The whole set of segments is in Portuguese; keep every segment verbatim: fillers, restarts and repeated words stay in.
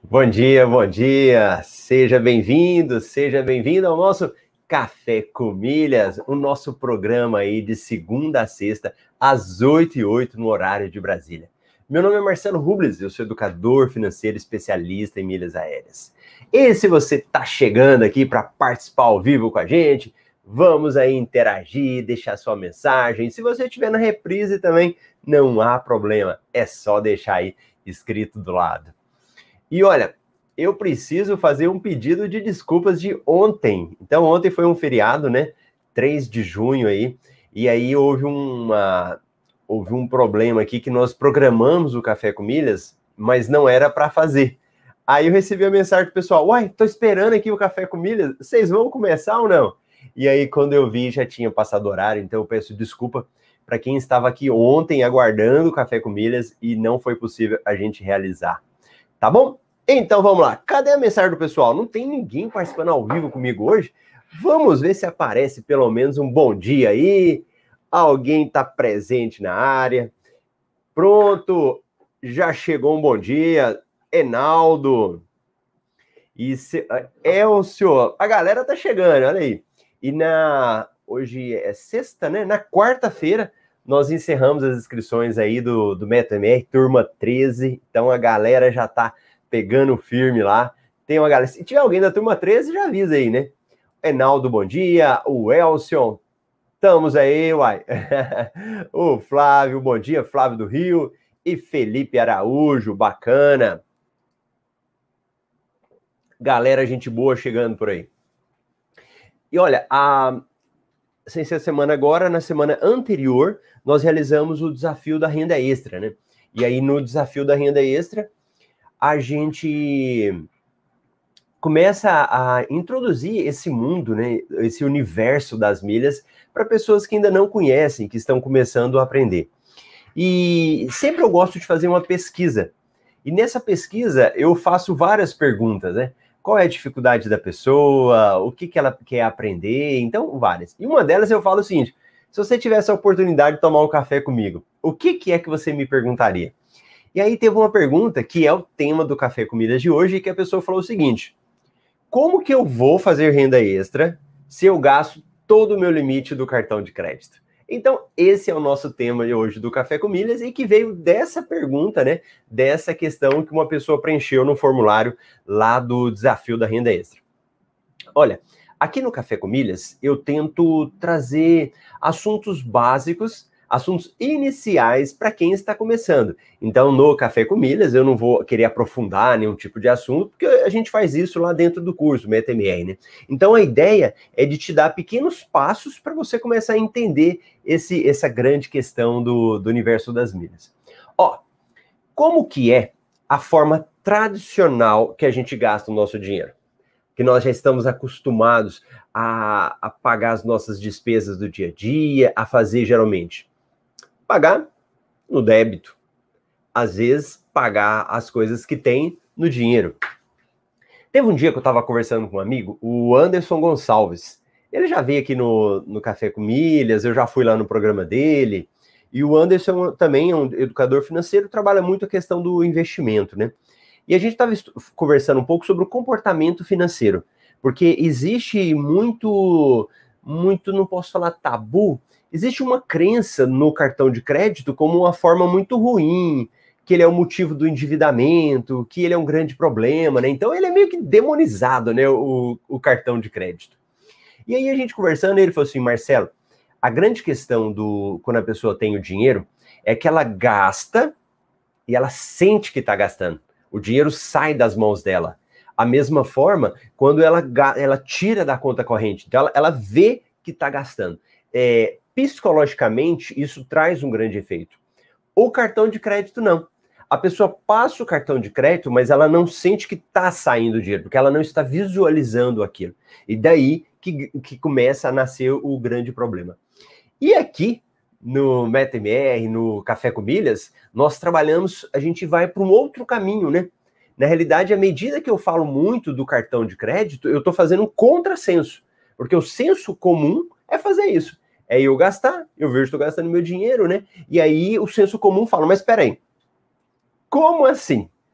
Bom dia, bom dia, seja bem-vindo, seja bem-vindo ao nosso Café com Milhas, o nosso programa aí de segunda a sexta, às oito e oito no horário de Brasília. Meu nome é Marcelo Rubles, eu sou educador financeiro especialista em milhas aéreas. E se você está chegando aqui para participar ao vivo com a gente, vamos aí interagir, deixar sua mensagem. Se você estiver na reprise também, não há problema, é só deixar aí escrito do lado. E olha, eu preciso fazer um pedido de desculpas de ontem. Então, ontem foi um feriado, né? três de junho aí. E aí houve, uma, houve um problema aqui que nós programamos o Café com Milhas, mas não era para fazer. Aí eu recebi a mensagem do pessoal, uai, tô esperando aqui o Café com Milhas, vocês vão começar ou não? E aí quando eu vi, já tinha passado o horário, então eu peço desculpa para quem estava aqui ontem aguardando o Café com Milhas e não foi possível a gente realizar. Tá bom? Então vamos lá. Cadê a mensagem do pessoal? Não tem ninguém participando ao vivo comigo hoje? Vamos ver se aparece pelo menos um bom dia aí. Alguém está presente na área. Pronto. Já chegou um bom dia. Enaldo. E se... Elcio. A galera tá chegando, olha aí. E na... Hoje é sexta, né? Na quarta-feira, nós encerramos as inscrições aí do, do MetaMR, turma treze. Então a galera já tá pegando firme lá. Tem uma galera. Se tiver alguém da turma treze, já avisa aí, né? Enaldo, bom dia. O Elcio. Estamos aí, uai. O Flávio, bom dia. Flávio do Rio. E Felipe Araújo, bacana. Galera, gente boa chegando por aí. E olha, a. Sem ser a semana agora, na semana anterior, nós realizamos o desafio da renda extra, né? E aí, no desafio da renda extra, a gente começa a introduzir esse mundo, né? Esse universo das milhas para pessoas que ainda não conhecem, que estão começando a aprender. E sempre eu gosto de fazer uma pesquisa. E nessa pesquisa, eu faço várias perguntas, né? Qual é a dificuldade da pessoa, o que, que ela quer aprender, então várias. E uma delas eu falo o seguinte, se você tivesse a oportunidade de tomar um café comigo, o que, que é que você me perguntaria? E aí teve uma pergunta que é o tema do Café com Milhas de hoje, que a pessoa falou o seguinte, como que eu vou fazer renda extra se eu gasto todo o meu limite do cartão de crédito? Então, esse é o nosso tema de hoje do Café com Milhas e que veio dessa pergunta, né? Dessa questão que uma pessoa preencheu no formulário lá do desafio da renda extra. Olha, aqui no Café com Milhas, eu tento trazer assuntos básicos, assuntos iniciais para quem está começando. Então, no Café com Milhas, eu não vou querer aprofundar nenhum tipo de assunto, porque a gente faz isso lá dentro do curso, MetaMR, né? Então, a ideia é de te dar pequenos passos para você começar a entender esse, essa grande questão do, do universo das milhas. Ó, como que é a forma tradicional que a gente gasta o nosso dinheiro? Que nós já estamos acostumados a, a pagar as nossas despesas do dia a dia, a fazer geralmente. Pagar no débito. Às vezes, pagar as coisas que tem no dinheiro. Teve um dia que eu estava conversando com um amigo, o Anderson Gonçalves. Ele já veio aqui no, no Café com Milhas, eu já fui lá no programa dele. E o Anderson também é um educador financeiro, trabalha muito a questão do investimento, né? E a gente estava conversando um pouco sobre o comportamento financeiro, porque existe muito, muito, não posso falar tabu, existe uma crença no cartão de crédito como uma forma muito ruim, que ele é o motivo do endividamento, que ele é um grande problema, né? Então ele é meio que demonizado, né, o, o cartão de crédito. E aí a gente conversando, ele falou assim, Marcelo, a grande questão do quando a pessoa tem o dinheiro é que ela gasta e ela sente que está gastando. O dinheiro sai das mãos dela. A mesma forma, quando ela, ela tira da conta corrente, então ela, ela vê que está gastando. É, psicologicamente, isso traz um grande efeito. O cartão de crédito, não. A pessoa passa o cartão de crédito, mas ela não sente que está saindo dinheiro, porque ela não está visualizando aquilo. E daí que, que começa a nascer o grande problema. E aqui, no MetaMR, no Café com Milhas, nós trabalhamos, a gente vai para um outro caminho, né? Na realidade, à medida que eu falo muito do cartão de crédito, eu estou fazendo um contrassenso, porque o senso comum é fazer isso. É eu gastar, eu vejo que estou gastando meu dinheiro, né? E aí o senso comum fala, mas espera aí, como assim?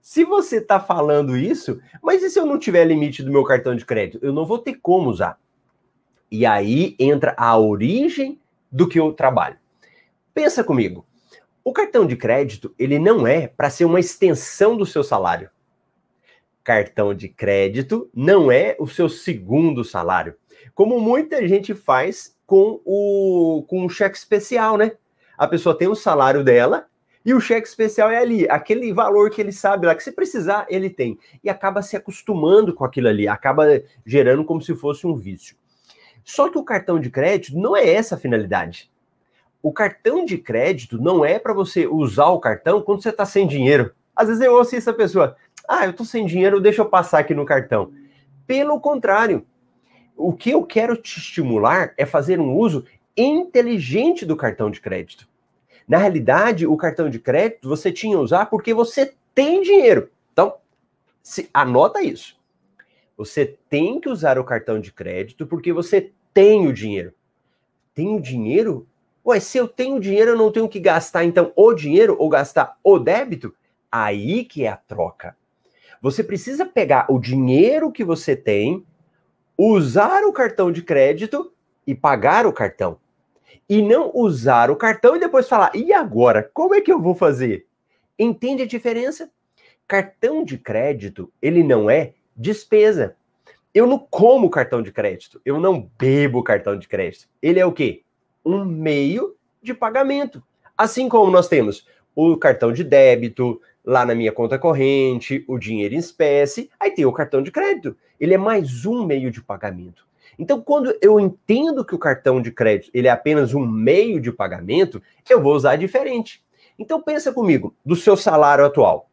Se você está falando isso, mas e se eu não tiver limite do meu cartão de crédito? Eu não vou ter como usar. E aí entra a origem do que eu trabalho. Pensa comigo. O cartão de crédito, ele não é para ser uma extensão do seu salário. Cartão de crédito não é o seu segundo salário. Como muita gente faz com o, com o cheque especial, né? A pessoa tem o salário dela e o cheque especial é ali, aquele valor que ele sabe lá, que se precisar, ele tem. E acaba se acostumando com aquilo ali, acaba gerando como se fosse um vício. Só que o cartão de crédito não é essa a finalidade. O cartão de crédito não é para você usar o cartão quando você está sem dinheiro. Às vezes eu ouço essa pessoa, ah, eu estou sem dinheiro, deixa eu passar aqui no cartão. Pelo contrário, o que eu quero te estimular é fazer um uso inteligente do cartão de crédito. Na realidade, o cartão de crédito você tinha que usar porque você tem dinheiro. Então, se, anota isso. Você tem que usar o cartão de crédito porque você tem o dinheiro. Tem o dinheiro? Ué, se eu tenho dinheiro, eu não tenho que gastar, então, o dinheiro ou gastar o débito? Aí que é a troca. Você precisa pegar o dinheiro que você tem, usar o cartão de crédito e pagar o cartão. E não usar o cartão e depois falar, e agora? Como é que eu vou fazer? Entende a diferença? Cartão de crédito, ele não é despesa. Eu não como cartão de crédito, eu não bebo cartão de crédito. Ele é o quê? Um meio de pagamento. Assim como nós temos o cartão de débito, lá na minha conta corrente, o dinheiro em espécie, aí tem o cartão de crédito. Ele é mais um meio de pagamento. Então, quando eu entendo que o cartão de crédito ele é apenas um meio de pagamento, eu vou usar diferente. Então, pensa comigo, do seu salário atual.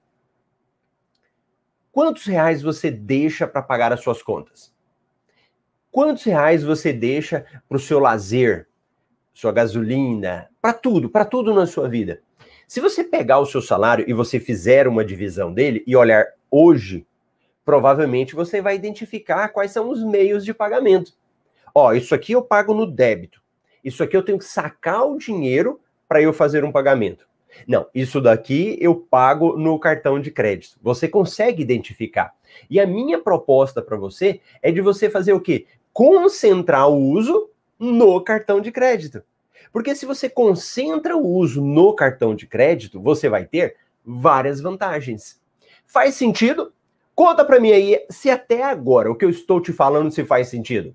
Quantos reais você deixa para pagar as suas contas? Quantos reais você deixa para o seu lazer, sua gasolina, para tudo, para tudo na sua vida? Se você pegar o seu salário e você fizer uma divisão dele e olhar hoje, provavelmente você vai identificar quais são os meios de pagamento. Ó, isso aqui eu pago no débito. Isso aqui eu tenho que sacar o dinheiro para eu fazer um pagamento. Não, isso daqui eu pago no cartão de crédito. Você consegue identificar. E a minha proposta para você é de você fazer o quê? Concentrar o uso no cartão de crédito. Porque se você concentra o uso no cartão de crédito, você vai ter várias vantagens. Faz sentido? Conta para mim aí se até agora o que eu estou te falando se faz sentido.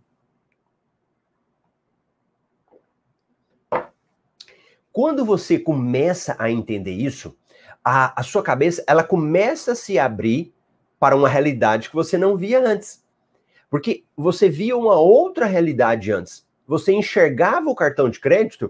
Quando você começa a entender isso, a, a sua cabeça ela começa a se abrir para uma realidade que você não via antes. Porque você via uma outra realidade antes. Você enxergava o cartão de crédito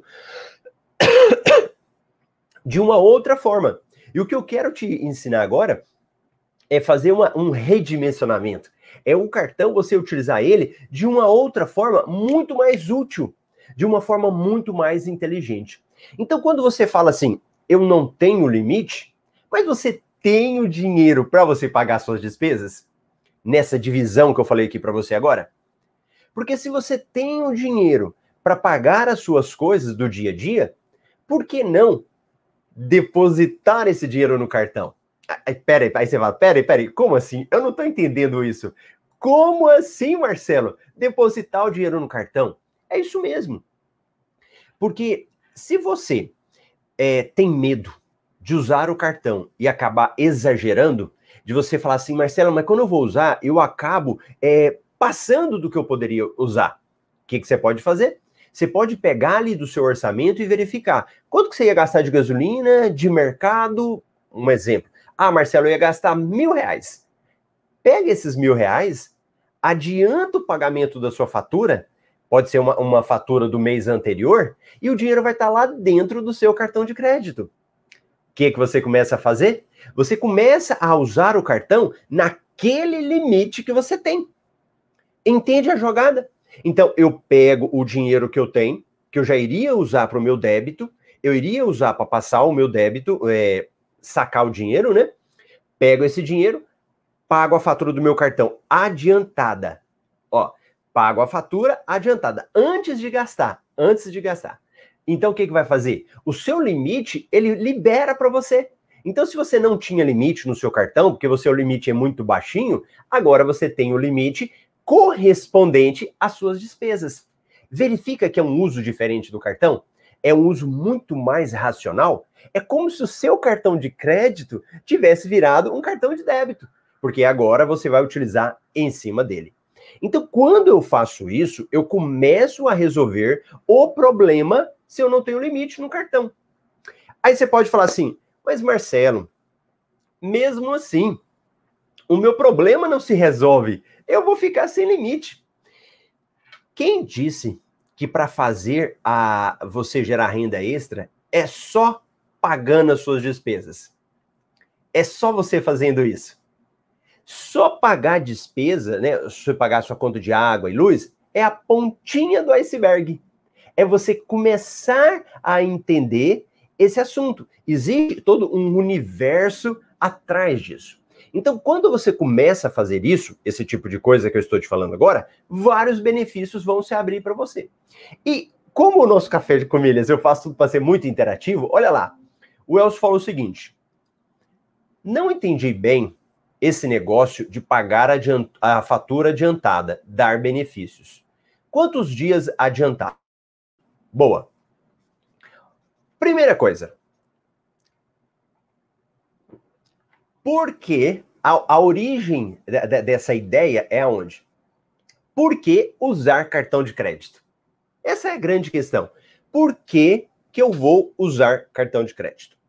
de uma outra forma. E o que eu quero te ensinar agora é fazer uma, um redimensionamento. É um cartão, você utilizar ele de uma outra forma muito mais útil, de uma forma muito mais inteligente. Então, quando você fala assim, eu não tenho limite, mas você tem o dinheiro para você pagar suas despesas? Nessa divisão que eu falei aqui para você agora? Porque se você tem o dinheiro para pagar as suas coisas do dia a dia, por que não depositar esse dinheiro no cartão? Aí, peraí, aí você fala, peraí, peraí, como assim? Eu não estou entendendo isso. Como assim, Marcelo? Depositar o dinheiro no cartão? É isso mesmo. Porque se você é, tem medo de usar o cartão e acabar exagerando, de você falar assim, Marcelo, mas quando eu vou usar, eu acabo é, passando do que eu poderia usar. O que, que você pode fazer? Você pode pegar ali do seu orçamento e verificar quanto que você ia gastar de gasolina, de mercado, um exemplo. Ah, Marcelo, eu ia gastar mil reais. Pega esses mil reais, adianta o pagamento da sua fatura, pode ser uma, uma fatura do mês anterior, e o dinheiro vai estar lá dentro do seu cartão de crédito. O que, que você começa a fazer? Você começa a usar o cartão naquele limite que você tem. Entende a jogada? Então, eu pego o dinheiro que eu tenho, que eu já iria usar para o meu débito, eu iria usar para passar o meu débito, é, sacar o dinheiro, né? Pego esse dinheiro, pago a fatura do meu cartão adiantada. Ó, pago a fatura adiantada, antes de gastar, antes de gastar. Então, o que, que vai fazer? O seu limite, ele libera para você. Então, se você não tinha limite no seu cartão, porque o seu limite é muito baixinho, agora você tem o limite correspondente às suas despesas. Verifica que é um uso diferente do cartão? É um uso muito mais racional? É como se o seu cartão de crédito tivesse virado um cartão de débito, porque agora você vai utilizar em cima dele. Então, quando eu faço isso, eu começo a resolver o problema se eu não tenho limite no cartão. Aí você pode falar assim, mas Marcelo, mesmo assim, o meu problema não se resolve, eu vou ficar sem limite. Quem disse que para fazer a você gerar renda extra é só pagando as suas despesas? É só você fazendo isso. Só pagar despesa, né? Você pagar sua conta de água e luz, é a pontinha do iceberg. É você começar a entender esse assunto. Existe todo um universo atrás disso. Então, quando você começa a fazer isso, esse tipo de coisa que eu estou te falando agora, vários benefícios vão se abrir para você. E como o nosso Café com Milhas, eu faço tudo para ser muito interativo, olha lá. O Elcio falou o seguinte, não entendi bem esse negócio de pagar adiant... a fatura adiantada, dar benefícios. Quantos dias adiantar? Boa. Primeira coisa. Por que a, a origem de, de, dessa ideia é aonde? Por que usar cartão de crédito? Essa é a grande questão. Por que, que eu vou usar cartão de crédito?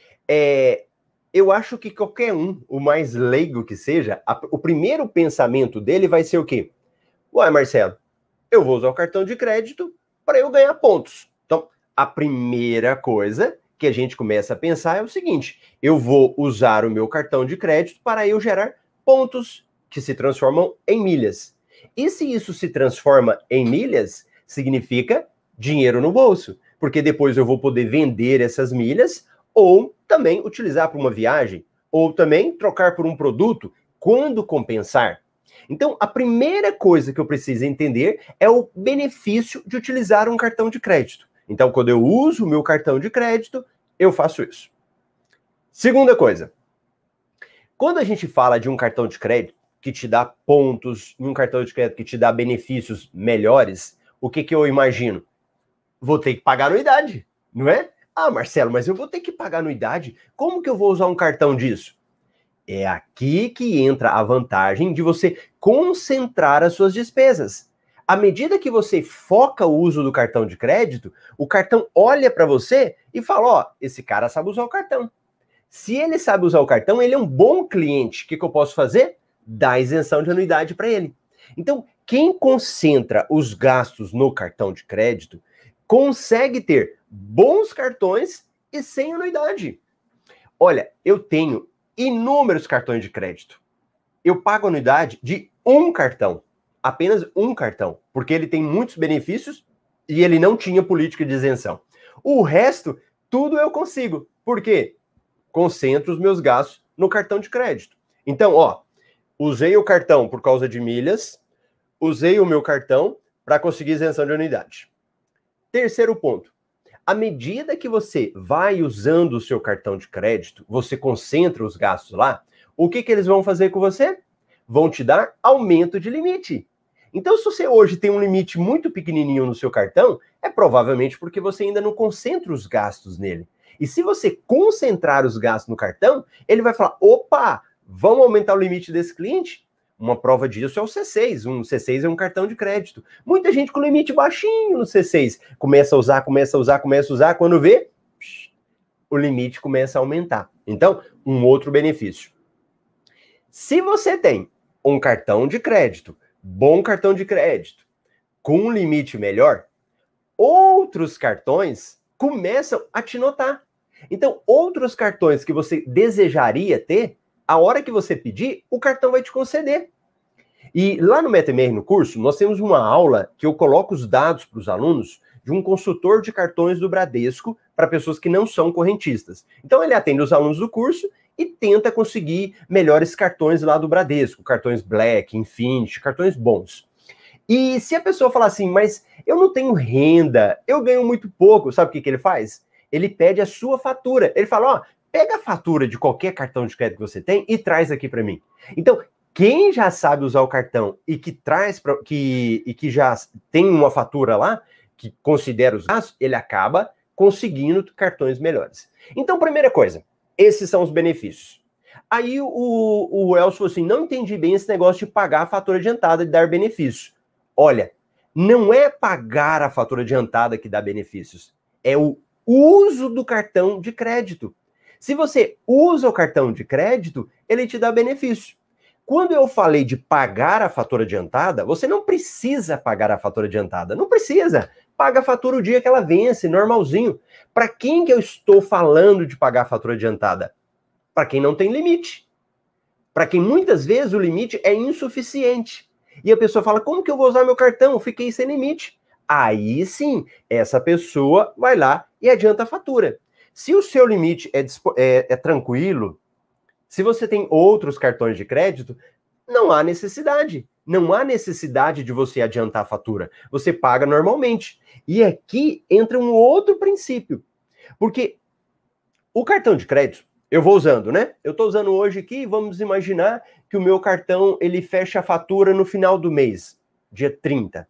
É, eu acho que qualquer um, o mais leigo que seja, a, o primeiro pensamento dele vai ser o quê? Ué, Marcelo, eu vou usar o cartão de crédito para eu ganhar pontos. Então, a primeira coisa que a gente começa a pensar é o seguinte, eu vou usar o meu cartão de crédito para eu gerar pontos que se transformam em milhas. E se isso se transforma em milhas, significa dinheiro no bolso, porque depois eu vou poder vender essas milhas ou também utilizar para uma viagem, ou também trocar por um produto, quando compensar. Então, a primeira coisa que eu preciso entender é o benefício de utilizar um cartão de crédito. Então, quando eu uso o meu cartão de crédito, eu faço isso. Segunda coisa, quando a gente fala de um cartão de crédito que te dá pontos, e um cartão de crédito que te dá benefícios melhores, o que, que eu imagino? Vou ter que pagar anuidade, não é? Ah, Marcelo, mas eu vou ter que pagar anuidade? Como que eu vou usar um cartão disso? É aqui que entra a vantagem de você concentrar as suas despesas. À medida que você foca o uso do cartão de crédito, o cartão olha para você e fala, ó, esse cara sabe usar o cartão. Se ele sabe usar o cartão, ele é um bom cliente. O que, que eu posso fazer? Dar isenção de anuidade para ele. Então, quem concentra os gastos no cartão de crédito consegue ter bons cartões e sem anuidade. Olha, eu tenho inúmeros cartões de crédito. Eu pago anuidade de um cartão. Apenas um cartão, porque ele tem muitos benefícios e ele não tinha política de isenção. O resto, tudo eu consigo. Por quê? Concentro os meus gastos no cartão de crédito. Então, ó, usei o cartão por causa de milhas, usei o meu cartão para conseguir isenção de anuidade. Terceiro ponto. À medida que você vai usando o seu cartão de crédito, você concentra os gastos lá, o que, que eles vão fazer com você? Vão te dar aumento de limite. Então, se você hoje tem um limite muito pequenininho no seu cartão, é provavelmente porque você ainda não concentra os gastos nele. E se você concentrar os gastos no cartão, ele vai falar, opa, vamos aumentar o limite desse cliente? Uma prova disso é o C seis. Um C seis é um cartão de crédito. Muita gente com limite baixinho no C seis. Começa a usar, começa a usar, começa a usar. Quando vê, psh, o limite começa a aumentar. Então, um outro benefício. Se você tem um cartão de crédito, bom cartão de crédito, com um limite melhor, outros cartões começam a te notar. Então, outros cartões que você desejaria ter, a hora que você pedir, o cartão vai te conceder. E lá no MetaMR, no curso, nós temos uma aula que eu coloco os dados para os alunos de um consultor de cartões do Bradesco para pessoas que não são correntistas. Então, ele atende os alunos do curso e tenta conseguir melhores cartões lá do Bradesco, cartões Black, Infinity, cartões bons. E se a pessoa falar assim, mas eu não tenho renda, eu ganho muito pouco, sabe o que, que ele faz? Ele pede a sua fatura. Ele fala, ó, pega a fatura de qualquer cartão de crédito que você tem e traz aqui para mim. Então, quem já sabe usar o cartão e que traz pra, que, e que já tem uma fatura lá, que considera os gastos, ele acaba conseguindo cartões melhores. Então, primeira coisa, esses são os benefícios. Aí o, o Elcio falou assim, não entendi bem esse negócio de pagar a fatura adiantada e dar benefício. Olha, não é pagar a fatura adiantada que dá benefícios, é o uso do cartão de crédito. Se você usa o cartão de crédito, ele te dá benefício. Quando eu falei de pagar a fatura adiantada, você não precisa pagar a fatura adiantada. Não precisa. Paga a fatura o dia que ela vence, normalzinho. Para quem que eu estou falando de pagar a fatura adiantada? Para quem não tem limite. Para quem muitas vezes o limite é insuficiente. E a pessoa fala, como que eu vou usar meu cartão? Fiquei sem limite. Aí sim, essa pessoa vai lá e adianta a fatura. Se o seu limite é, é, é tranquilo, se você tem outros cartões de crédito, não há necessidade. Não há necessidade de você adiantar a fatura. Você paga normalmente. E aqui entra um outro princípio. Porque o cartão de crédito, eu vou usando, né? Eu estou usando hoje aqui, vamos imaginar que o meu cartão, ele fecha a fatura no final do mês, dia trinta.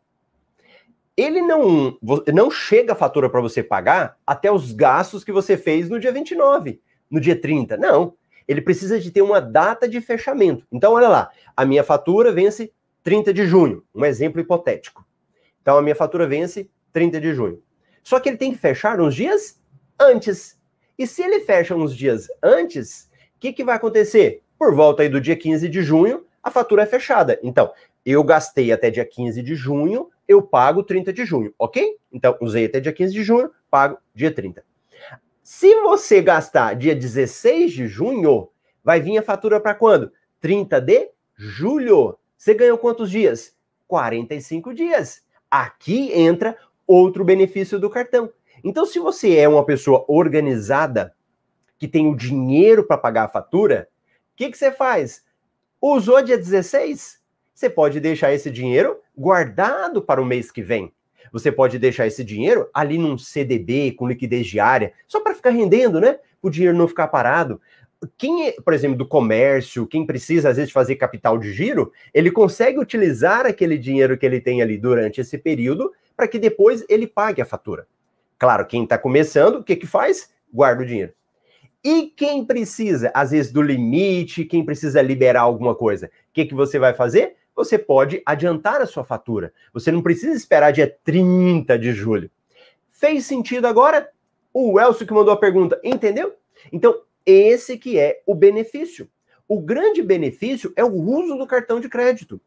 Ele não, não chega a fatura para você pagar até os gastos que você fez no dia vinte e nove, no dia trinta. Não. Ele precisa de ter uma data de fechamento. Então, olha lá, a minha fatura vence trinta de junho, um exemplo hipotético. Então, a minha fatura vence trinta de junho. Só que ele tem que fechar uns dias antes. E se ele fecha uns dias antes, o que, que vai acontecer? Por volta aí do dia quinze de junho, a fatura é fechada. Então, eu gastei até dia quinze de junho, eu pago trinta de junho, ok? Então, usei até dia quinze de junho, pago dia trinta. Se você gastar dia dezesseis de junho, vai vir a fatura para quando? trinta de julho. Você ganhou quantos dias? quarenta e cinco dias. Aqui entra outro benefício do cartão. Então, se você é uma pessoa organizada, que tem o dinheiro para pagar a fatura, o que, que você faz? Usou dia dezesseis? Você pode deixar esse dinheiro guardado para o mês que vem. Você pode deixar esse dinheiro ali num C D B com liquidez diária, só para ficar rendendo, né? O dinheiro não ficar parado. Quem, por exemplo, do comércio, quem precisa, às vezes, fazer capital de giro, ele consegue utilizar aquele dinheiro que ele tem ali durante esse período para que depois ele pague a fatura. Claro, quem está começando, o que que faz? Guarda o dinheiro. E quem precisa, às vezes, do limite, quem precisa liberar alguma coisa, o que que você vai fazer? Você pode adiantar a sua fatura. Você não precisa esperar dia trinta de julho. Fez sentido agora? O Elcio que mandou a pergunta, entendeu? Então, esse que é o benefício. O grande benefício é o uso do cartão de crédito.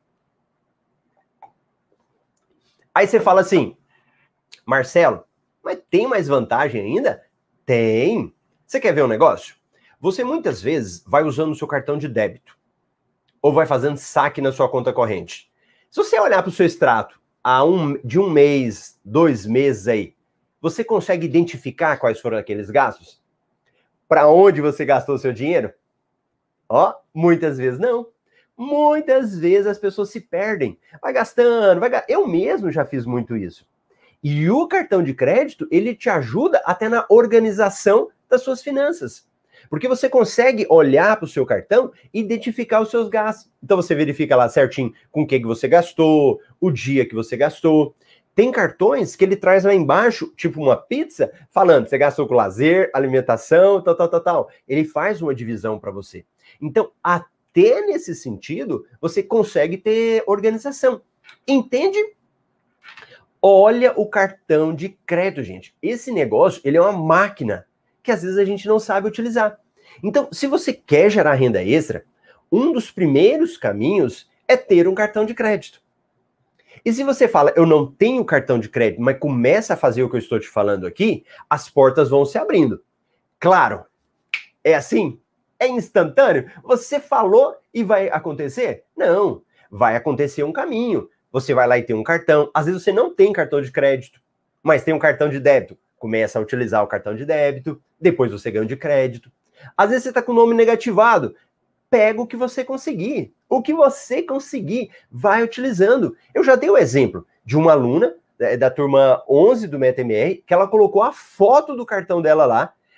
Aí você fala assim, Marcelo, mas tem mais vantagem ainda? Tem. Você quer ver um negócio? Você muitas vezes vai usando o seu cartão de débito ou vai fazendo saque na sua conta corrente. Se você olhar para o seu extrato há um, de um mês, dois meses aí, você consegue identificar quais foram aqueles gastos? Para onde você gastou o seu dinheiro? Ó, muitas vezes não. Muitas vezes as pessoas se perdem. Vai gastando, vai gastando. Eu mesmo já fiz muito isso. E o cartão de crédito, ele te ajuda até na organização das suas finanças. Porque você consegue olhar para o seu cartão e identificar os seus gastos. Então você verifica lá certinho com o que, que você gastou, o dia que você gastou. Tem cartões que ele traz lá embaixo, tipo uma pizza, falando, você gastou com lazer, alimentação, tal, tal, tal, tal. Ele faz uma divisão para você. Então, até nesse sentido, você consegue ter organização. Entende? Olha o cartão de crédito, gente. Esse negócio, ele é uma máquina que às vezes a gente não sabe utilizar. Então, se você quer gerar renda extra, um dos primeiros caminhos é ter um cartão de crédito. E se você fala, eu não tenho cartão de crédito, mas começa a fazer o que eu estou te falando aqui, as portas vão se abrindo. Claro, é assim? É instantâneo? Você falou e vai acontecer? Não, vai acontecer um caminho. Você vai lá e tem um cartão. Às vezes você não tem cartão de crédito, mas tem um cartão de débito. Começa a utilizar o cartão de débito, depois você ganha o de crédito. Às vezes você está com o nome negativado. Pega o que você conseguir. O que você conseguir, vai utilizando. Eu já dei o exemplo de uma aluna é, da turma onze do M E T M R, que ela colocou a foto do cartão dela lá,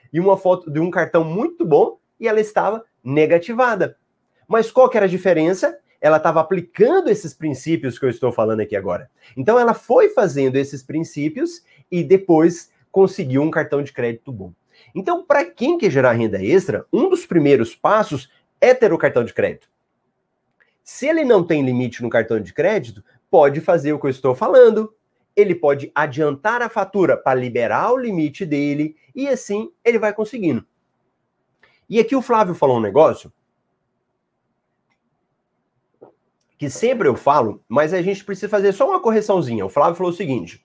e uma foto de um cartão muito bom e ela estava negativada. Mas qual que era a diferença? Ela estava aplicando esses princípios que eu estou falando aqui agora. Então ela foi fazendo esses princípios e depois conseguiu um cartão de crédito bom. Então, para quem quer gerar renda extra, um dos primeiros passos é ter o cartão de crédito. Se ele não tem limite no cartão de crédito, pode fazer o que eu estou falando. Ele pode adiantar a fatura para liberar o limite dele e assim ele vai conseguindo. E aqui o Flávio falou um negócio que sempre eu falo, mas a gente precisa fazer só uma correçãozinha. O Flávio falou o seguinte: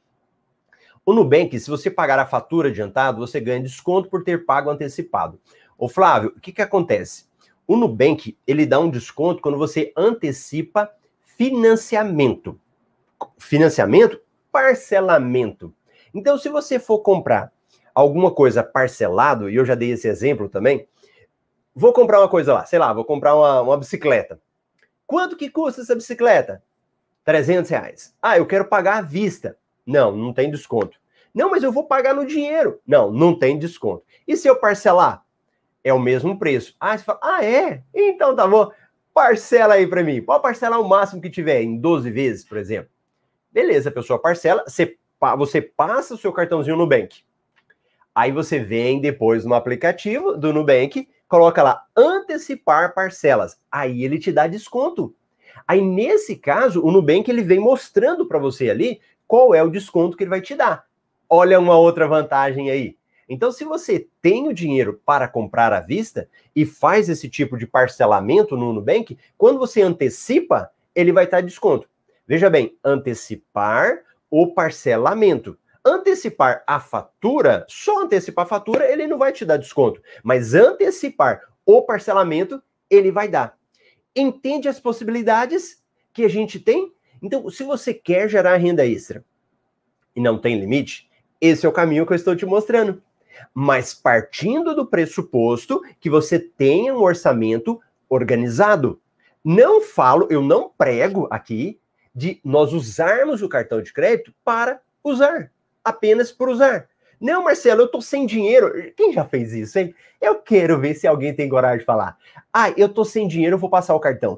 o Nubank, se você pagar a fatura adiantado, você ganha desconto por ter pago antecipado. Ô Flávio, o que que acontece? O Nubank, ele dá um desconto quando você antecipa financiamento. Financiamento, parcelamento. Então, se você for comprar alguma coisa parcelado, e eu já dei esse exemplo também, vou comprar uma coisa lá, sei lá, vou comprar uma, uma bicicleta. Quanto que custa essa bicicleta? trezentos reais. Ah, eu quero pagar à vista. Não, não tem desconto. Não, mas eu vou pagar no dinheiro. Não, não tem desconto. E se eu parcelar? É o mesmo preço. Ah, você fala, ah, é? Então tá bom. Parcela aí para mim. Pode parcelar o máximo que tiver, em doze vezes, por exemplo. Beleza, a pessoa parcela, você, você passa o seu cartãozinho no Nubank. Aí você vem depois no aplicativo do Nubank, coloca lá, antecipar parcelas. Aí ele te dá desconto. Aí nesse caso, o Nubank ele vem mostrando para você ali qual é o desconto que ele vai te dar. Olha uma outra vantagem aí. Então, se você tem o dinheiro para comprar à vista e faz esse tipo de parcelamento no Nubank, quando você antecipa, ele vai estar desconto. Veja bem, antecipar o parcelamento. Antecipar a fatura, só antecipar a fatura, ele não vai te dar desconto. Mas antecipar o parcelamento, ele vai dar. Entende as possibilidades que a gente tem? Então, se você quer gerar renda extra e não tem limite, esse é o caminho que eu estou te mostrando. Mas partindo do pressuposto que você tenha um orçamento organizado. Não falo, eu não prego aqui de nós usarmos o cartão de crédito para usar, apenas por usar. Não, Marcelo, eu tô sem dinheiro. Quem já fez isso, hein? Eu quero ver se alguém tem coragem de falar. Ah, eu tô sem dinheiro, eu vou passar o cartão.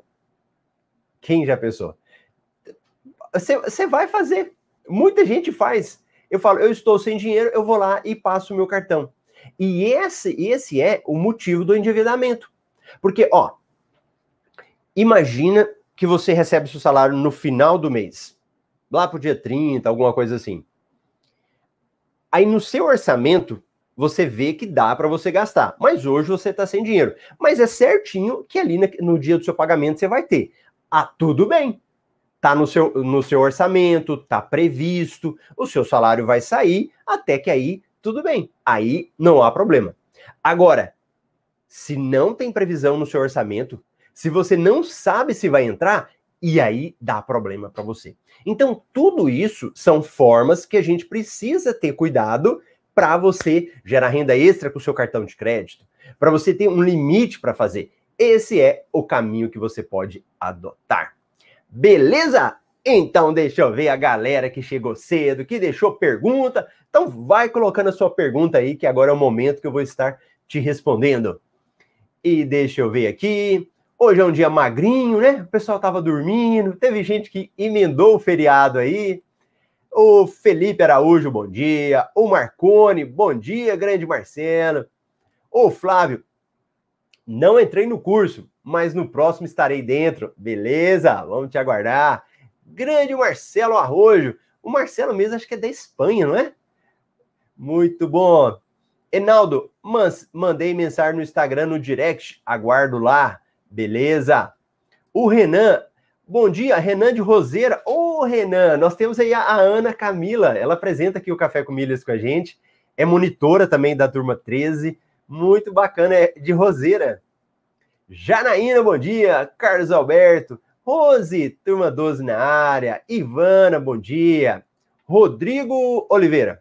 Quem já pensou? Você, você vai fazer. Muita gente faz. Eu falo, eu estou sem dinheiro, eu vou lá e passo o meu cartão. E esse, esse é o motivo do endividamento. Porque, ó, imagina que você recebe seu salário no final do mês. Lá pro dia trinta, alguma coisa assim. Aí no seu orçamento, você vê que dá para você gastar. Mas hoje você está sem dinheiro. Mas é certinho que ali no dia do seu pagamento você vai ter. Ah, tudo bem. Tá no seu, no seu orçamento, tá previsto, o seu salário vai sair, até que aí, tudo bem. Aí não há problema. Agora, se não tem previsão no seu orçamento, se você não sabe se vai entrar, e aí dá problema para você. Então, tudo isso são formas que a gente precisa ter cuidado para você gerar renda extra com o seu cartão de crédito, para você ter um limite para fazer. Esse é o caminho que você pode adotar. Beleza? Então deixa eu ver a galera que chegou cedo, que deixou pergunta. Então vai colocando a sua pergunta aí, que agora é o momento que eu vou estar te respondendo. E deixa eu ver aqui. Hoje é um dia magrinho, né? O pessoal tava dormindo. Teve gente que emendou o feriado aí. O Felipe Araújo, bom dia. O Marcone, bom dia, grande Marcelo. O Flávio, não entrei no curso, mas no próximo estarei dentro. Beleza? Vamos te aguardar. Grande Marcelo Arrojo. O Marcelo mesmo acho que é da Espanha, não é? Muito bom. Enaldo, mas mandei mensagem no Instagram, no direct. Aguardo lá. Beleza? O Renan. Bom dia, Renan de Roseira. Ô, Renan, nós temos aí a, a Ana Camila. Ela apresenta aqui o Café com Milhas com a gente. É monitora também da turma treze. Muito bacana, é de Roseira. Janaína, bom dia. Carlos Alberto. Rose, turma doze na área. Ivana, bom dia. Rodrigo Oliveira.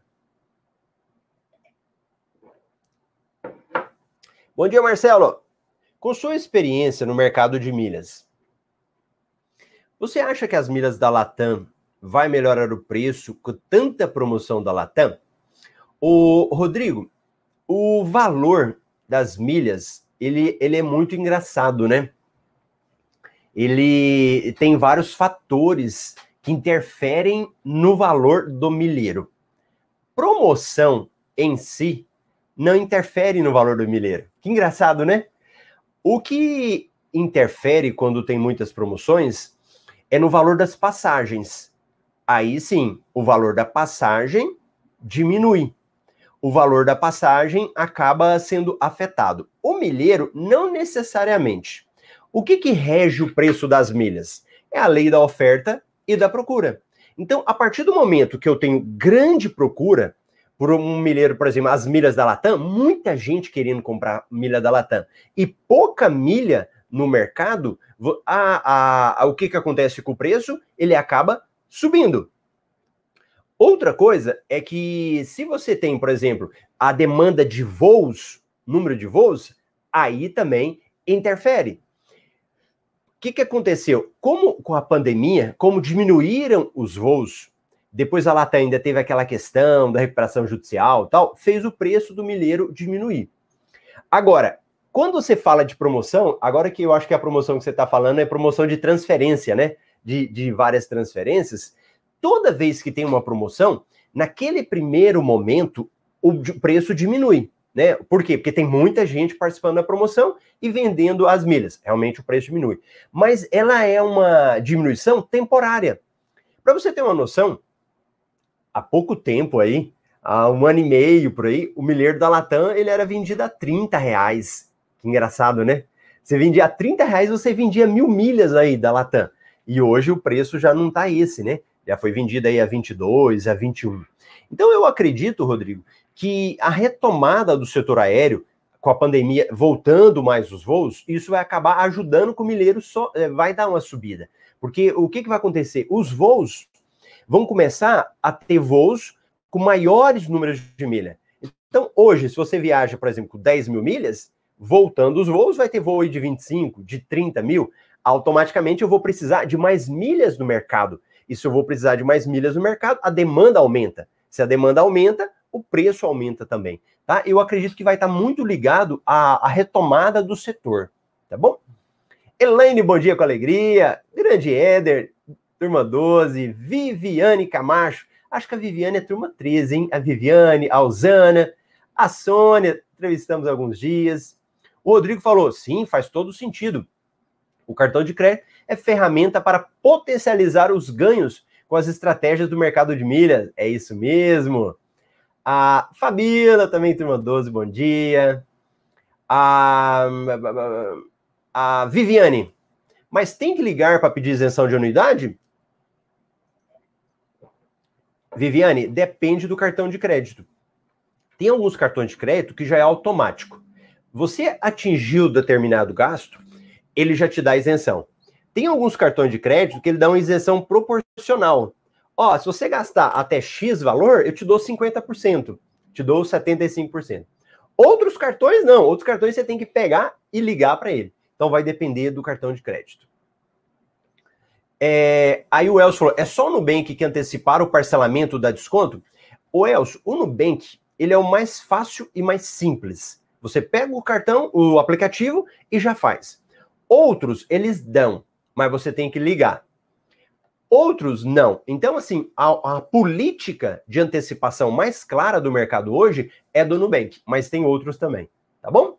Bom dia, Marcelo. Com sua experiência no mercado de milhas, você acha que as milhas da Latam vai melhorar o preço com tanta promoção da Latam? Ô, Rodrigo, O valor das milhas, ele, ele é muito engraçado, né? Ele tem vários fatores que interferem no valor do milheiro. Promoção em si não interfere no valor do milheiro. Que engraçado, né? O que interfere quando tem muitas promoções é no valor das passagens. Aí sim, o valor da passagem diminui. O valor da passagem acaba sendo afetado. O milheiro, não necessariamente. O que, que rege o preço das milhas? É a lei da oferta e da procura. Então, a partir do momento que eu tenho grande procura por um milheiro, por exemplo, as milhas da Latam, muita gente querendo comprar milha da Latam e pouca milha no mercado, a, a, a, o que, que acontece com o preço? Ele acaba subindo. Outra coisa é que se você tem, por exemplo, a demanda de voos, número de voos, aí também interfere. O que, que aconteceu? Como com a pandemia, como diminuíram os voos, depois a Latam ainda teve aquela questão da recuperação judicial e tal, fez o preço do milheiro diminuir. Agora, quando você fala de promoção, agora que eu acho que a promoção que você está falando é promoção de transferência, né? De, de várias transferências. Toda vez que tem uma promoção, naquele primeiro momento, o preço diminui, né? Por quê? Porque tem muita gente participando da promoção e vendendo as milhas. Realmente o preço diminui. Mas ela é uma diminuição temporária. Para você ter uma noção, há pouco tempo aí, há um ano e meio por aí, o milheiro da Latam, ele era vendido a trinta reais. Que engraçado, né? Você vendia a trinta reais, você vendia mil milhas aí da Latam. E hoje o preço já não tá esse, né? Já foi vendida aí a vinte e dois, a vinte e um. Então eu acredito, Rodrigo, que a retomada do setor aéreo, com a pandemia voltando mais os voos, isso vai acabar ajudando que o milheiro só, vai dar uma subida. Porque o que, que vai acontecer? Os voos vão começar a ter voos com maiores números de milha. Então hoje, se você viaja, por exemplo, com dez mil milhas, voltando os voos, vai ter voo aí de vinte e cinco, de trinta mil, automaticamente eu vou precisar de mais milhas no mercado. E se eu vou precisar de mais milhas no mercado, a demanda aumenta. Se a demanda aumenta, o preço aumenta também, tá? Eu acredito que vai estar muito ligado à, à retomada do setor, tá bom? Elaine, bom dia com alegria. Grande Éder, turma doze. Viviane Camacho. Acho que a Viviane é turma treze, hein? A Viviane, a Alzana, a Sônia, entrevistamos há alguns dias. O Rodrigo falou, sim, faz todo sentido. O cartão de crédito é ferramenta para potencializar os ganhos com as estratégias do mercado de milhas. É isso mesmo. A Fabíola, também, turma doze, bom dia. A, a Viviane, mas tem que ligar para pedir isenção de anuidade? Viviane, depende do cartão de crédito. Tem alguns cartões de crédito que já é automático. Você atingiu determinado gasto, ele já te dá isenção. Tem alguns cartões de crédito que ele dá uma isenção proporcional. Ó, se você gastar até X valor, eu te dou cinquenta por cento, te dou setenta e cinco por cento. Outros cartões não, outros cartões você tem que pegar e ligar para ele. Então vai depender do cartão de crédito. É, aí o Elcio falou, é só o Nubank que antecipar o parcelamento da desconto? O Elcio, o Nubank, ele é o mais fácil e mais simples. Você pega o cartão, o aplicativo e já faz. Outros, eles dão, mas você tem que ligar. Outros, não. Então, assim, a, a política de antecipação mais clara do mercado hoje é do Nubank, mas tem outros também, tá bom?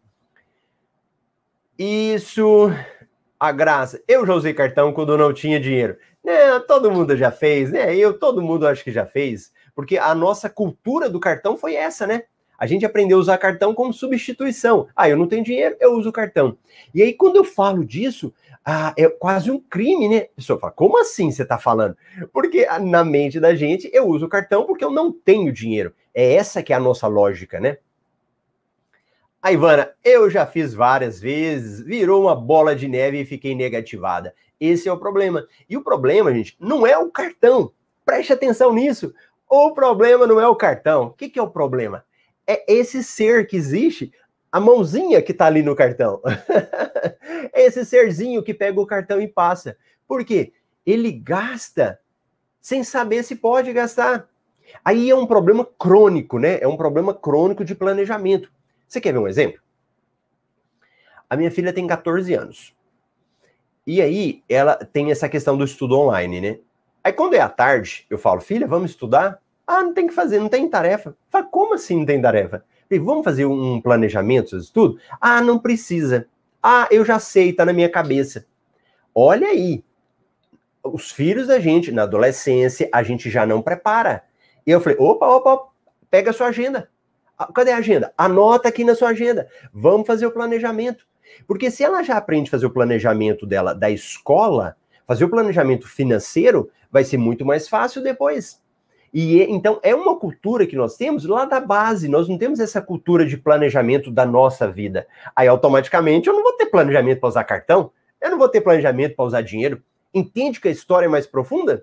Isso, a Graça. Eu já usei cartão quando não tinha dinheiro. Né, todo mundo já fez, né? Eu, todo mundo acho que já fez, porque a nossa cultura do cartão foi essa, né? A gente aprendeu a usar cartão como substituição. Ah, eu não tenho dinheiro, eu uso cartão. E aí, quando eu falo disso, ah, é quase um crime, né? A pessoa fala, como assim você está falando? Porque na mente da gente, eu uso cartão porque eu não tenho dinheiro. É essa que é a nossa lógica, né? A Ivana, eu já fiz várias vezes, virou uma bola de neve e fiquei negativada. Esse é o problema. E o problema, gente, não é o cartão. Preste atenção nisso. O problema não é o cartão. O que, que é o problema? É esse ser que existe, a mãozinha que tá ali no cartão. É esse serzinho que pega o cartão e passa. Por quê? Ele gasta sem saber se pode gastar. Aí é um problema crônico, né? É um problema crônico de planejamento. Você quer ver um exemplo? A minha filha tem quatorze anos. E aí, ela tem essa questão do estudo online, né? Aí, quando é à tarde, eu falo, filha, vamos estudar? Ah, não tem que fazer, não tem tarefa. Fala, como assim não tem tarefa? Falei, vamos fazer um planejamento de estudo? Ah, não precisa. Ah, eu já sei, tá na minha cabeça. Olha aí, os filhos da gente, na adolescência, a gente já não prepara. E eu falei, opa, opa, opa, pega a sua agenda. Cadê a agenda? Anota aqui na sua agenda. Vamos fazer o planejamento. Porque se ela já aprende a fazer o planejamento dela da escola, fazer o planejamento financeiro vai ser muito mais fácil depois. E então é uma cultura que nós temos lá da base, nós não temos essa cultura de planejamento da nossa vida. Aí automaticamente eu não vou ter planejamento para usar cartão, eu não vou ter planejamento para usar dinheiro. Entende que a história é mais profunda?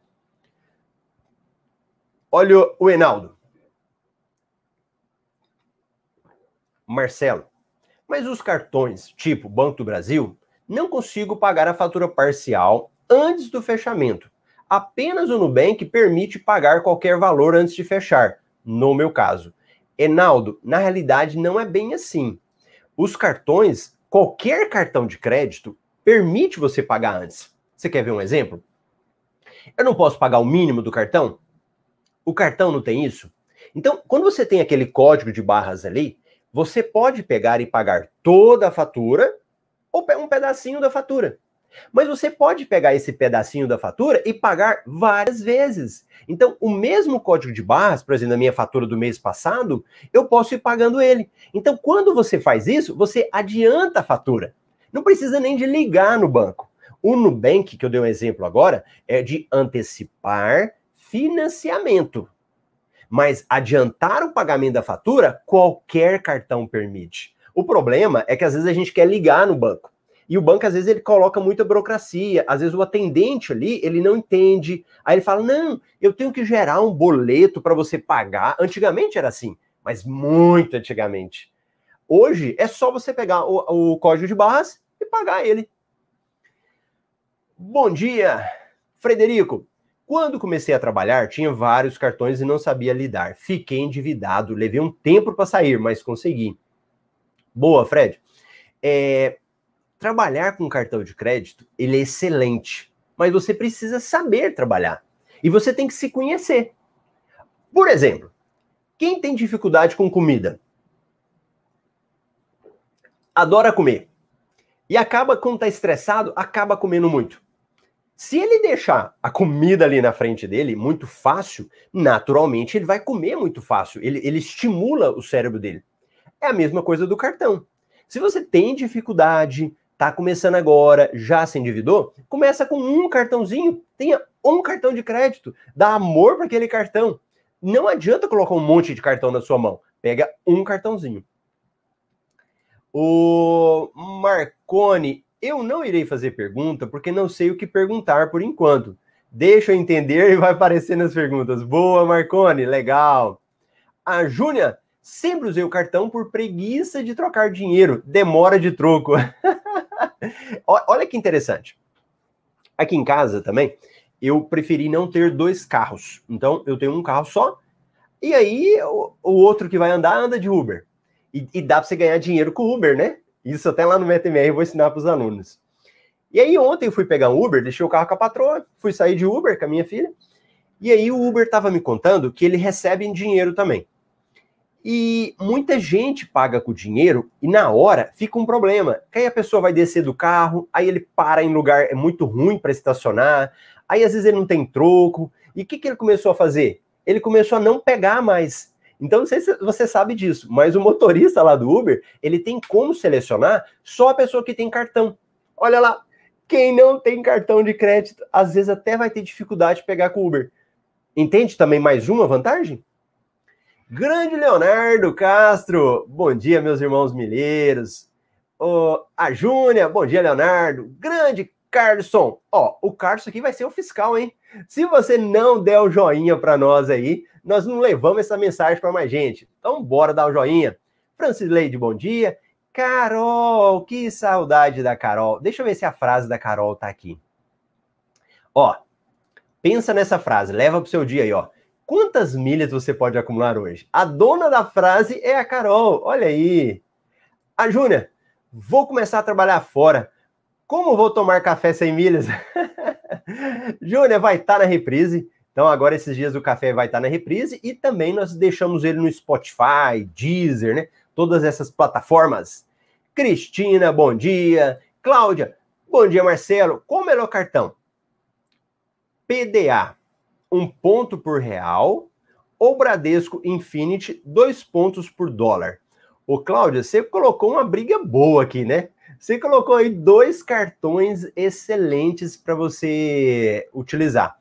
Olha o Enaldo. Marcelo. Mas os cartões, tipo Banco do Brasil, não consigo pagar a fatura parcial antes do fechamento. Apenas o Nubank permite pagar qualquer valor antes de fechar, no meu caso. Enaldo, na realidade não é bem assim. Os cartões, qualquer cartão de crédito, permite você pagar antes. Você quer ver um exemplo? Eu não posso pagar o mínimo do cartão? O cartão não tem isso? Então, quando você tem aquele código de barras ali, você pode pegar e pagar toda a fatura ou um pedacinho da fatura. Mas você pode pegar esse pedacinho da fatura e pagar várias vezes. Então, o mesmo código de barras, por exemplo, na minha fatura do mês passado, eu posso ir pagando ele. Então, quando você faz isso, você adianta a fatura. Não precisa nem de ligar no banco. O Nubank, que eu dei um exemplo agora, é de antecipar financiamento. Mas adiantar o pagamento da fatura, qualquer cartão permite. O problema é que às vezes a gente quer ligar no banco. E o banco, às vezes, ele coloca muita burocracia. Às vezes o atendente ali, ele não entende. Aí ele fala, não, eu tenho que gerar um boleto para você pagar. Antigamente era assim, mas muito antigamente. Hoje é só você pegar o, o código de barras e pagar ele. Bom dia, Frederico. Quando comecei a trabalhar, tinha vários cartões e não sabia lidar. Fiquei endividado, levei um tempo para sair, mas consegui. Boa, Fred. É, trabalhar com cartão de crédito, ele é excelente, mas você precisa saber trabalhar. E você tem que se conhecer. Por exemplo, quem tem dificuldade com comida? Adora comer. E acaba, quando está estressado, acaba comendo muito. Se ele deixar a comida ali na frente dele, muito fácil, naturalmente ele vai comer muito fácil. Ele, ele estimula o cérebro dele. É a mesma coisa do cartão. Se você tem dificuldade, tá começando agora, já se endividou, começa com um cartãozinho. Tenha um cartão de crédito. Dá amor para aquele cartão. Não adianta colocar um monte de cartão na sua mão. Pega um cartãozinho. O Marconi... Eu não irei fazer pergunta porque não sei o que perguntar por enquanto. Deixa eu entender e vai aparecer nas perguntas. Boa, Marconi, legal. A Júnia, sempre usei o cartão por preguiça de trocar dinheiro. Demora de troco. Olha que interessante. Aqui em casa também, eu preferi não ter dois carros. Então, eu tenho um carro só. E aí, o, o outro que vai andar, anda de Uber. E, e dá para você ganhar dinheiro com o Uber, né? Isso até lá no M T M R eu vou ensinar para os alunos. E aí ontem eu fui pegar um Uber, deixei o carro com a patroa, fui sair de Uber com a minha filha, e aí o Uber estava me contando que ele recebe em dinheiro também. E muita gente paga com dinheiro e na hora fica um problema. Que aí a pessoa vai descer do carro, aí ele para em lugar é muito ruim para estacionar, aí às vezes ele não tem troco. E o que, que ele começou a fazer? Ele começou a não pegar mais. Então, não sei se você sabe disso, mas o motorista lá do Uber, ele tem como selecionar só a pessoa que tem cartão. Olha lá, quem não tem cartão de crédito, às vezes até vai ter dificuldade de pegar com o Uber. Entende também mais uma vantagem? Grande Leonardo Castro, bom dia, meus irmãos milheiros. Oh, a Júnia, bom dia, Leonardo. Grande Carlson, ó, o Carlson aqui vai ser o fiscal, hein? Se você não der o joinha para nós aí, nós não levamos essa mensagem para mais gente. Então, bora dar o joinha. Francileide, bom dia. Carol, que saudade da Carol. Deixa eu ver se a frase da Carol tá aqui. Ó, pensa nessa frase, leva pro seu dia aí, ó. Quantas milhas você pode acumular hoje? A dona da frase é a Carol, olha aí. A Júnia, vou começar a trabalhar fora. Como vou tomar café sem milhas? Júnia vai estar na reprise. Então agora esses dias o café vai estar na reprise e também nós deixamos ele no Spotify, Deezer, né? Todas essas plataformas. Cristina, bom dia. Cláudia, bom dia, Marcelo. Qual o melhor cartão? P D A, um ponto por real, ou Bradesco Infinity, dois pontos por dólar? Ô, Cláudia, você colocou uma briga boa aqui, né? Você colocou aí dois cartões excelentes para você utilizar.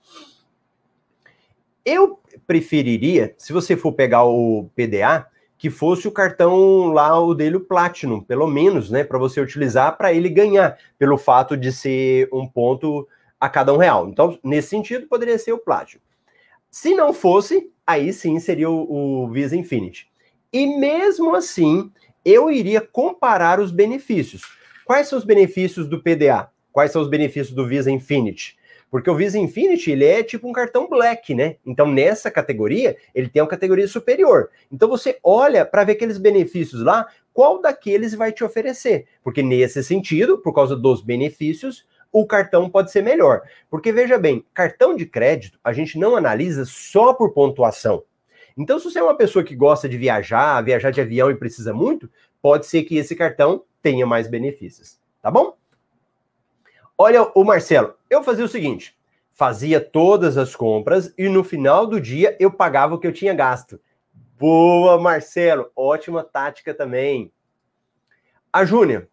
Eu preferiria, se você for pegar o P D A, que fosse o cartão lá, o dele, o Platinum, pelo menos, né? Para você utilizar, para ele ganhar, pelo fato de ser um ponto a cada um real. Então, nesse sentido, poderia ser o Platinum. Se não fosse, aí sim seria o, o Visa Infinity. E mesmo assim, eu iria comparar os benefícios. Quais são os benefícios do P D A? Quais são os benefícios do Visa Infinity? Porque o Visa Infinity, ele é tipo um cartão Black, né? Então, nessa categoria, ele tem uma categoria superior. Então, você olha para ver aqueles benefícios lá, qual daqueles vai te oferecer. Porque nesse sentido, por causa dos benefícios, o cartão pode ser melhor. Porque, veja bem, cartão de crédito, a gente não analisa só por pontuação. Então, se você é uma pessoa que gosta de viajar, viajar de avião e precisa muito, pode ser que esse cartão tenha mais benefícios, tá bom? Olha, o Marcelo, eu fazia o seguinte, fazia todas as compras e no final do dia eu pagava o que eu tinha gasto. Boa, Marcelo, ótima tática também. A Júnia.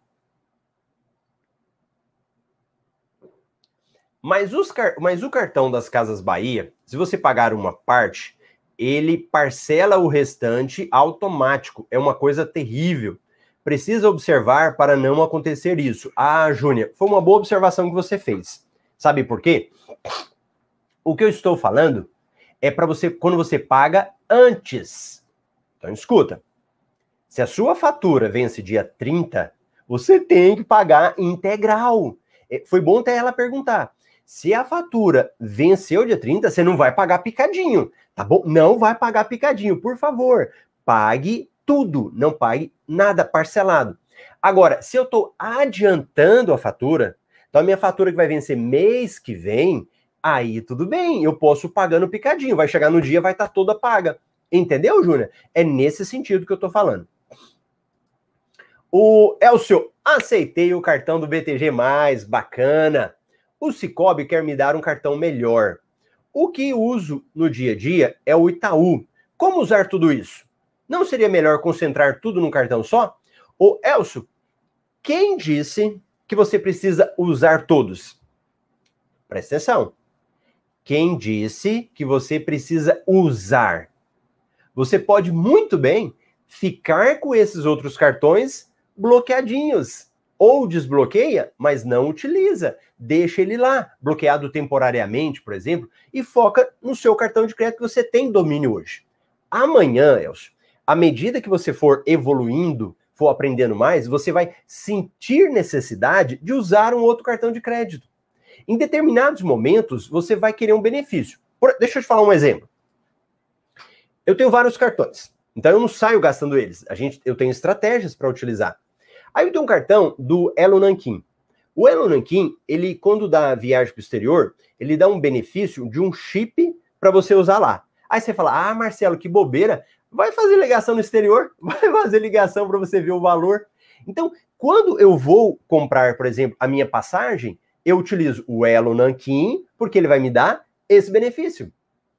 Mas, os car... Mas o cartão das Casas Bahia, se você pagar uma parte, ele parcela o restante automático. É uma coisa terrível. Precisa observar para não acontecer isso. Ah, Júnia, foi uma boa observação que você fez. Sabe por quê? O que eu estou falando é para você, quando você paga antes. Então, escuta. Se a sua fatura vence dia trinta, você tem que pagar integral. Foi bom até ela perguntar. Se a fatura venceu dia trinta, você não vai pagar picadinho, tá bom? Não vai pagar picadinho, por favor. Pague tudo, não pague nada parcelado. Agora, se eu estou adiantando a fatura, então a minha fatura que vai vencer mês que vem, aí tudo bem, eu posso pagando picadinho, vai chegar no dia, vai estar toda paga. Entendeu, Júnior? É nesse sentido que eu estou falando. O Elcio, aceitei o cartão do B T G mais, bacana. O Cicobi quer me dar um cartão melhor. O que uso no dia a dia é o Itaú. Como usar tudo isso? Não seria melhor concentrar tudo num cartão só? Ô, Elcio, quem disse que você precisa usar todos? Presta atenção. Quem disse que você precisa usar? Você pode muito bem ficar com esses outros cartões bloqueadinhos. Ou desbloqueia, mas não utiliza. Deixa ele lá, bloqueado temporariamente, por exemplo, e foca no seu cartão de crédito que você tem domínio hoje. Amanhã, Elcio, à medida que você for evoluindo, for aprendendo mais, você vai sentir necessidade de usar um outro cartão de crédito. Em determinados momentos, você vai querer um benefício. Por, deixa eu te falar um exemplo. Eu tenho vários cartões, então eu não saio gastando eles. A gente, eu tenho estratégias para utilizar. Aí eu tenho um cartão do Elo Nanquim. O Elo Nanquim, ele, quando dá viagem para o exterior, ele dá um benefício de um chip para você usar lá. Aí você fala, ah, Marcelo, que bobeira. Vai fazer ligação no exterior, vai fazer ligação para você ver o valor. Então, quando eu vou comprar, por exemplo, a minha passagem, eu utilizo o Elo Nanquim, porque ele vai me dar esse benefício.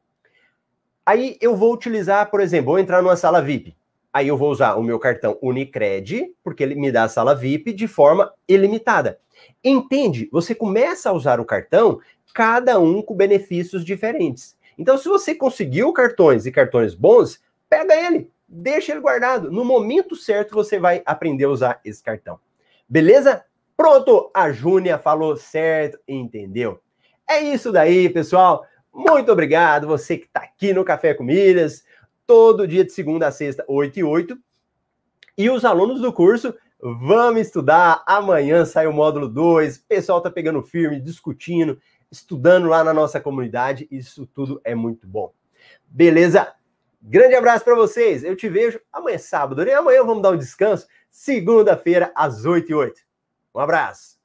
Aí eu vou utilizar, por exemplo, vou entrar numa sala V I P. Aí eu vou usar o meu cartão Unicred, porque ele me dá a sala V I P de forma ilimitada. Entende? Você começa a usar o cartão, cada um com benefícios diferentes. Então, se você conseguiu cartões e cartões bons, pega ele, deixa ele guardado. No momento certo, você vai aprender a usar esse cartão. Beleza? Pronto! A Júnia falou certo, entendeu? É isso daí, pessoal. Muito obrigado, você que está aqui no Café com Milhas. Todo dia de segunda a sexta, oito e oito. E os alunos do curso, vamos estudar. Amanhã sai o módulo dois. O pessoal tá pegando firme, discutindo, estudando lá na nossa comunidade. Isso tudo é muito bom. Beleza? Grande abraço para vocês. Eu te vejo amanhã sábado, né? Amanhã vamos dar um descanso. Segunda-feira, às oito e oito. Um abraço.